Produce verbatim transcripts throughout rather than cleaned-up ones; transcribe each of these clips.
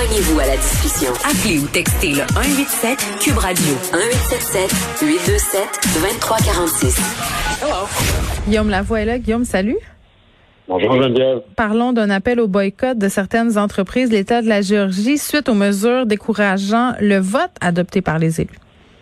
Joignez-vous à la discussion. Appelez ou textez le un huit sept Cube Radio un huit sept sept huit deux sept deux trois quatre six. Hello. Guillaume Lavoie est là. Guillaume, salut. Bonjour Geneviève. Parlons d'un appel au boycott de certaines entreprises, l'État de la Géorgie, suite aux mesures décourageant le vote adopté par les élus.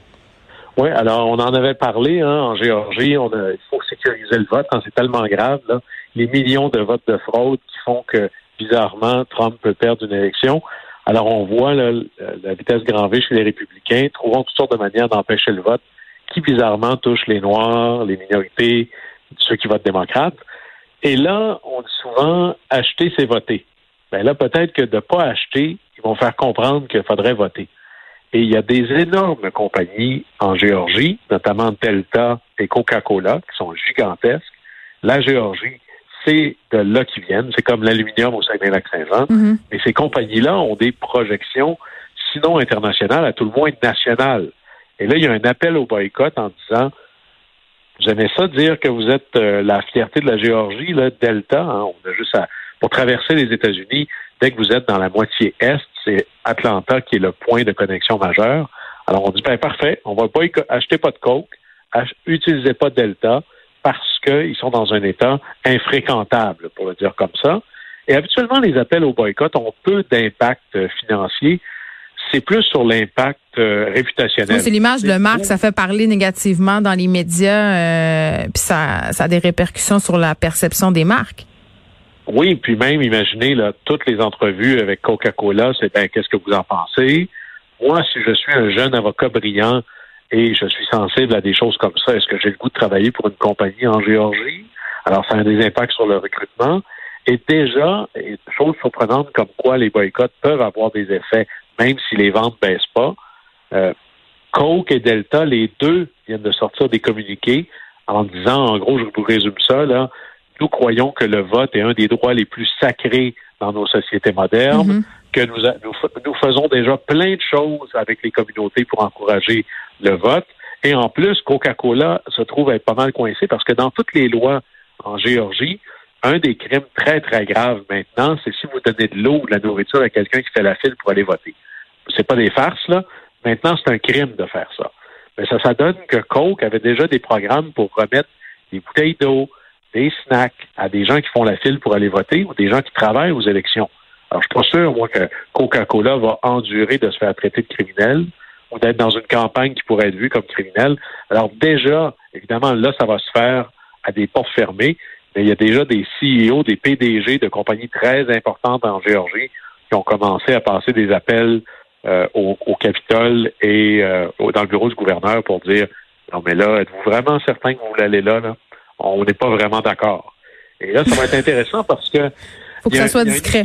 Oui, alors on en avait parlé hein, en Géorgie. On a, il faut sécuriser le vote. Hein, c'est tellement grave, là, les millions de votes de fraude qui font que, bizarrement, Trump peut perdre une élection. Alors on voit là, la vitesse grand V chez les républicains, trouvant toutes sortes de manières d'empêcher le vote, qui bizarrement touche les Noirs, les minorités, ceux qui votent démocrates. Et là, on dit souvent « acheter, c'est voter ». Bien là, peut-être que de ne pas acheter, ils vont faire comprendre qu'il faudrait voter. Et il y a des énormes compagnies en Géorgie, notamment Delta et Coca-Cola, qui sont gigantesques. La Géorgie, c'est de là qu'ils viennent. C'est comme l'aluminium au Saguenay-Lac-Saint-Jean. Mm-hmm. Et ces compagnies-là ont des projections, sinon internationales, à tout le moins nationales. Et là, il y a un appel au boycott en disant vous aimez ça dire que vous êtes euh, la fierté de la Géorgie, là, Delta, hein, on a juste à, pour traverser les États-Unis, dès que vous êtes dans la moitié est, c'est Atlanta qui est le point de connexion majeur. Alors on dit, ben parfait, on va pas acheter pas de Coke, ach- utilisez pas Delta, parce qu'ils sont dans un état infréquentable, pour le dire comme ça. Et habituellement, les appels au boycott ont peu d'impact euh, financier. C'est plus sur l'impact euh, réputationnel. Oui, c'est l'image de marque, ça fait parler négativement dans les médias, euh, puis ça, ça a des répercussions sur la perception des marques. Oui, puis même, imaginez, là, toutes les entrevues avec Coca-Cola, c'est ben, qu'est-ce que vous en pensez? Moi, si je suis un jeune avocat brillant et je suis sensible à des choses comme ça, est-ce que j'ai le goût de travailler pour une compagnie en Géorgie? Alors, ça a des impacts sur le recrutement. Et déjà, chose surprenante comme quoi les boycotts peuvent avoir des effets, même si les ventes ne baissent pas. Euh, Coke et Delta, les deux viennent de sortir des communiqués en disant, en gros, je vous résume ça, là, nous croyons que le vote est un des droits les plus sacrés dans nos sociétés modernes, mm-hmm. que nous, a, nous, nous faisons déjà plein de choses avec les communautés pour encourager le vote. Et en plus, Coca-Cola se trouve être pas mal coincé parce que dans toutes les lois en Géorgie, un des crimes très, très graves maintenant, c'est si vous donnez de l'eau ou de la nourriture à quelqu'un qui fait la file pour aller voter. C'est pas des farces, là. Maintenant, c'est un crime de faire ça. Mais ça, ça donne que Coke avait déjà des programmes pour remettre des bouteilles d'eau, des snacks à des gens qui font la file pour aller voter ou des gens qui travaillent aux élections. Alors, je suis pas sûr, moi, que Coca-Cola va endurer de se faire traiter de criminel ou d'être dans une campagne qui pourrait être vue comme criminelle. Alors, déjà, évidemment, là, ça va se faire à des portes fermées. Mais il y a déjà des C E O, des P D G de compagnies très importantes en Géorgie qui ont commencé à passer des appels euh, au, au Capitole et euh, dans le bureau du gouverneur pour dire « Non, mais là, êtes-vous vraiment certain que vous voulez aller là? là? On n'est pas vraiment d'accord. » Et là, ça va être intéressant parce que... Faut que ça soit discret.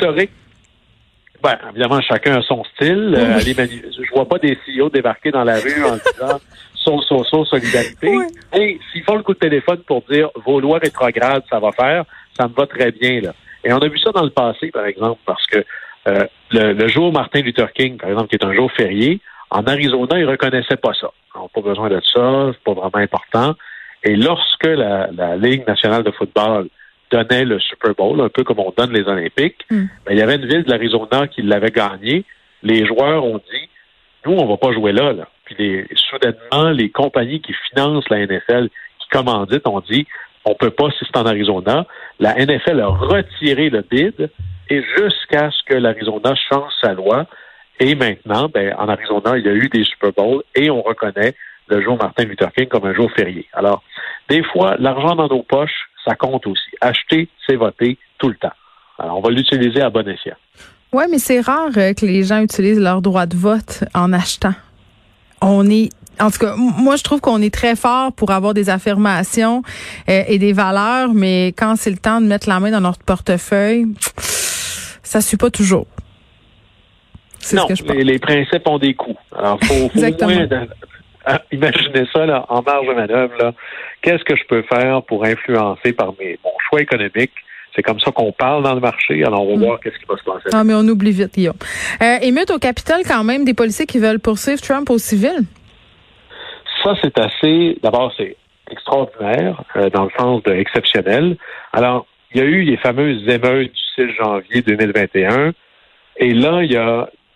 Ben, évidemment, chacun a son style. Oui. Euh, manu- je vois pas des C E O débarquer dans la rue en disant so, so, so, solidarité. Oui. Et s'ils font le coup de téléphone pour dire vos lois rétrogrades, ça va faire, ça me va très bien, là. Et on a vu ça dans le passé, par exemple, parce que euh, le, le jour Martin Luther King, par exemple, qui est un jour férié, en Arizona, ils reconnaissaient pas ça. Ils n'ont pas besoin de ça, c'est pas vraiment important. Et lorsque la, la Ligue nationale de football donnait le Super Bowl, un peu comme on donne les Olympiques, mm. ben, il y avait une ville de l'Arizona qui l'avait gagné. Les joueurs ont dit, nous, on va pas jouer là. là. Puis les, soudainement, les compagnies qui financent la N F L, qui commanditent, ont dit, on peut pas si c'est en Arizona. La N F L a retiré le bid et jusqu'à ce que l'Arizona change sa loi. Et maintenant, ben, en Arizona, il y a eu des Super Bowls et on reconnaît le jour Martin Luther King comme un jour férié. Alors, des fois, l'argent dans nos poches, ça compte aussi. Acheter, c'est voter tout le temps. Alors, on va l'utiliser à bon escient. Oui, mais c'est rare euh, que les gens utilisent leur droit de vote en achetant. On est, en tout cas, moi, je trouve qu'on est très fort pour avoir des affirmations euh, et des valeurs, mais quand c'est le temps de mettre la main dans notre portefeuille, ça ne suit pas toujours. C'est non, ce que je pense. Les, les principes ont des coûts. Alors, il faut, faut au moins... De, Ah, imaginez ça là, en marge de manœuvre. Là. Qu'est-ce que je peux faire pour influencer par mes, mon choix économique? C'est comme ça qu'on parle dans le marché. Alors, on va mmh. voir qu'est-ce qui va se passer. Ah, mais on oublie vite, Guillaume. Euh, émeute au Capitole, quand même, des policiers qui veulent poursuivre Trump au civil? Ça, c'est assez... D'abord, c'est extraordinaire, euh, dans le sens de exceptionnel. Alors, il y a eu les fameuses émeutes du six janvier deux mille vingt et un. Et là, il y a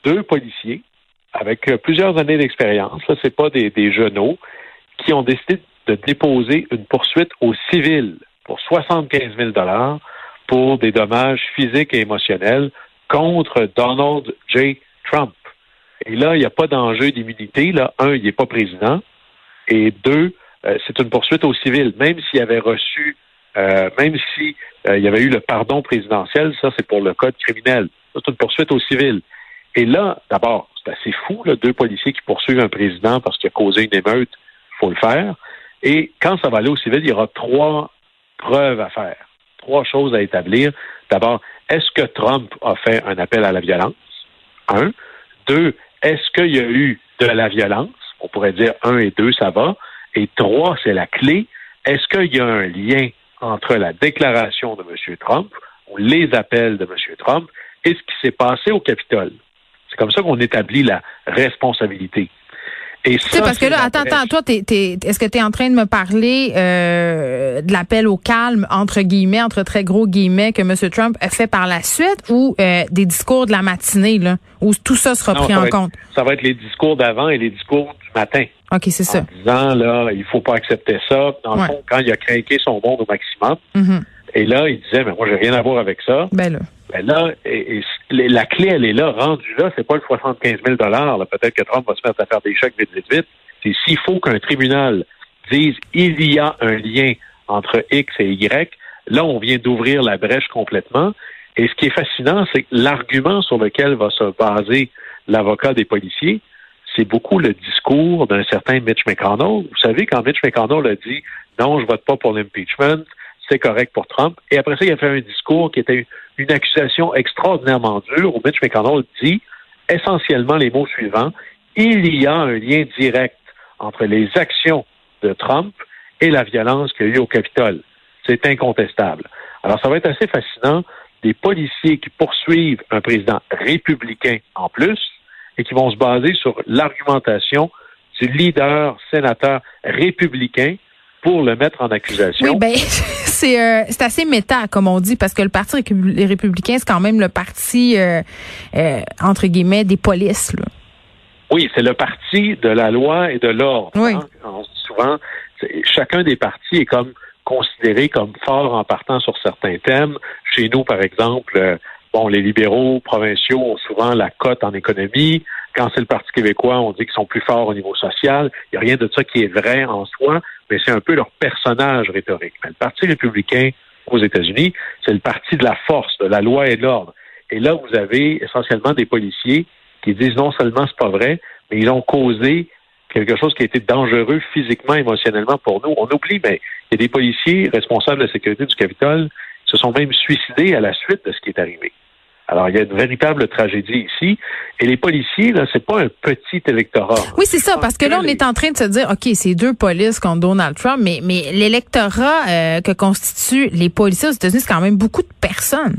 deux policiers avec euh, plusieurs années d'expérience, là, c'est pas des, des genoux, qui ont décidé de déposer une poursuite au civil pour soixante-quinze mille dollars pour des dommages physiques et émotionnels contre Donald J. Trump. Et là, il n'y a pas d'enjeu d'immunité. Là, un, il n'est pas président. Et deux, euh, c'est une poursuite au civil. Même s'il avait reçu, euh, même si euh, il y avait eu le pardon présidentiel, ça, c'est pour le code criminel. C'est une poursuite au civil. Et là, d'abord, c'est assez fou, là, deux policiers qui poursuivent un président parce qu'il a causé une émeute, il faut le faire. Et quand ça va aller au civil, il y aura trois preuves à faire, trois choses à établir. D'abord, est-ce que Trump a fait un appel à la violence? Un. Deux, est-ce qu'il y a eu de la violence? On pourrait dire un et deux, ça va. Et trois, c'est la clé. Est-ce qu'il y a un lien entre la déclaration de M. Trump ou les appels de M. Trump et ce qui s'est passé au Capitole? C'est comme ça qu'on établit la responsabilité. Et ça, c'est parce que là, attends, attends, toi, t'es, t'es, est-ce que tu es en train de me parler euh, de l'appel au calme, entre guillemets, entre très gros guillemets, que M. Trump a fait par la suite, ou euh, des discours de la matinée, là, où tout ça sera non, pris ça en être, compte? Ça va être les discours d'avant et les discours du matin. OK, c'est ça. En disant, là, il faut pas accepter ça. Dans le ouais. fond, quand il a craqué son monde au maximum, mm-hmm. et là, il disait, mais moi, j'ai rien à voir avec ça. Ben là. Ben là, et, et, la clé, elle est là, rendue là, c'est pas le soixante-quinze mille dollars. Là. Peut-être que Trump va se mettre à faire des chèques vite, vite, vite. C'est s'il faut qu'un tribunal dise il y a un lien entre X et Y, là, on vient d'ouvrir la brèche complètement. Et ce qui est fascinant, c'est que l'argument sur lequel va se baser l'avocat des policiers, c'est beaucoup le discours d'un certain Mitch McConnell. Vous savez, quand Mitch McConnell a dit « Non, je vote pas pour l'impeachment, c'est correct pour Trump », et après ça, il a fait un discours qui était une accusation extraordinairement dure où Mitch McConnell dit essentiellement les mots suivants « Il y a un lien direct entre les actions de Trump et la violence qu'il y a eu au Capitole. C'est incontestable. » Alors, ça va être assez fascinant, des policiers qui poursuivent un président républicain en plus et qui vont se baser sur l'argumentation du leader sénateur républicain pour le mettre en accusation. Oui, ben, c'est, euh, c'est assez méta, comme on dit, parce que le Parti répub- républicain, c'est quand même le parti, euh, euh, entre guillemets, des polices, là. Oui, c'est le parti de la loi et de l'ordre. Oui. Hein? On se dit souvent, chacun des partis est comme considéré comme fort en partant sur certains thèmes. Chez nous, par exemple, euh, bon, les libéraux provinciaux ont souvent la cote en économie. Quand c'est le Parti québécois, on dit qu'ils sont plus forts au niveau social. Il n'y a rien de ça qui est vrai en soi, mais c'est un peu leur personnage rhétorique. Mais le Parti républicain aux États-Unis, c'est le parti de la force, de la loi et de l'ordre. Et là, vous avez essentiellement des policiers qui disent non seulement c'est pas vrai, mais ils ont causé quelque chose qui a été dangereux physiquement, émotionnellement pour nous. On oublie, mais il y a des policiers responsables de la sécurité du Capitole qui se sont même suicidés à la suite de ce qui est arrivé. Alors, il y a une véritable tragédie ici. Et les policiers, là, c'est pas un petit électorat. Oui, c'est ça, parce que là, on est en train de se dire, OK, c'est deux polices contre Donald Trump, mais, mais l'électorat euh, que constituent les policiers aux États-Unis, c'est quand même beaucoup de personnes.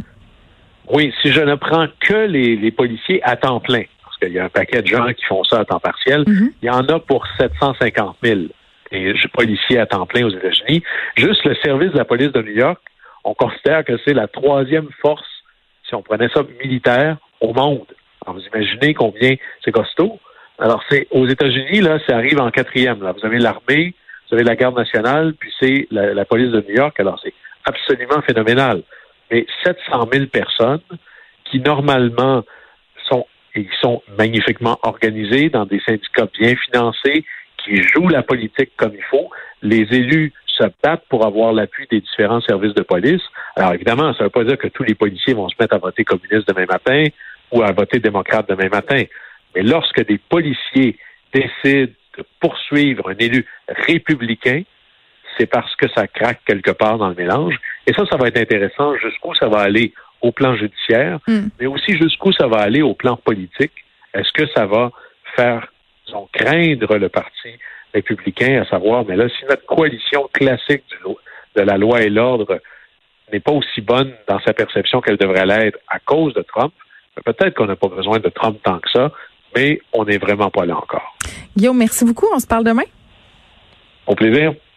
Oui, si je ne prends que les, les policiers à temps plein, parce qu'il y a un paquet de gens qui font ça à temps partiel, mm-hmm. il y en a pour sept cent cinquante mille et policiers à temps plein aux États-Unis. Juste le service de la police de New York, on considère que c'est la troisième force, si on prenait ça militaire, au monde. Alors, vous imaginez combien c'est costaud. Alors, c'est aux États-Unis, là, ça arrive en quatrième. Là. Vous avez l'armée, vous avez la garde nationale, puis c'est la, la police de New York. Alors, c'est absolument phénoménal. Mais sept cent mille personnes qui, normalement, sont, et qui sont magnifiquement organisées dans des syndicats bien financés, qui jouent la politique comme il faut. Les élus se battent pour avoir l'appui des différents services de police. Alors, évidemment, ça ne veut pas dire que tous les policiers vont se mettre à voter communiste demain matin ou à voter démocrate demain matin. Mais lorsque des policiers décident de poursuivre un élu républicain, c'est parce que ça craque quelque part dans le mélange. Et ça, ça va être intéressant jusqu'où ça va aller au plan judiciaire, mm. mais aussi jusqu'où ça va aller au plan politique. Est-ce que ça va faire, disons, craindre le Parti républicain, à savoir, mais là, si notre coalition classique du, de la loi et l'ordre n'est pas aussi bonne dans sa perception qu'elle devrait l'être à cause de Trump, peut-être qu'on n'a pas besoin de Trump tant que ça, mais on n'est vraiment pas là encore. Guillaume, merci beaucoup. On se parle demain. Au plaisir.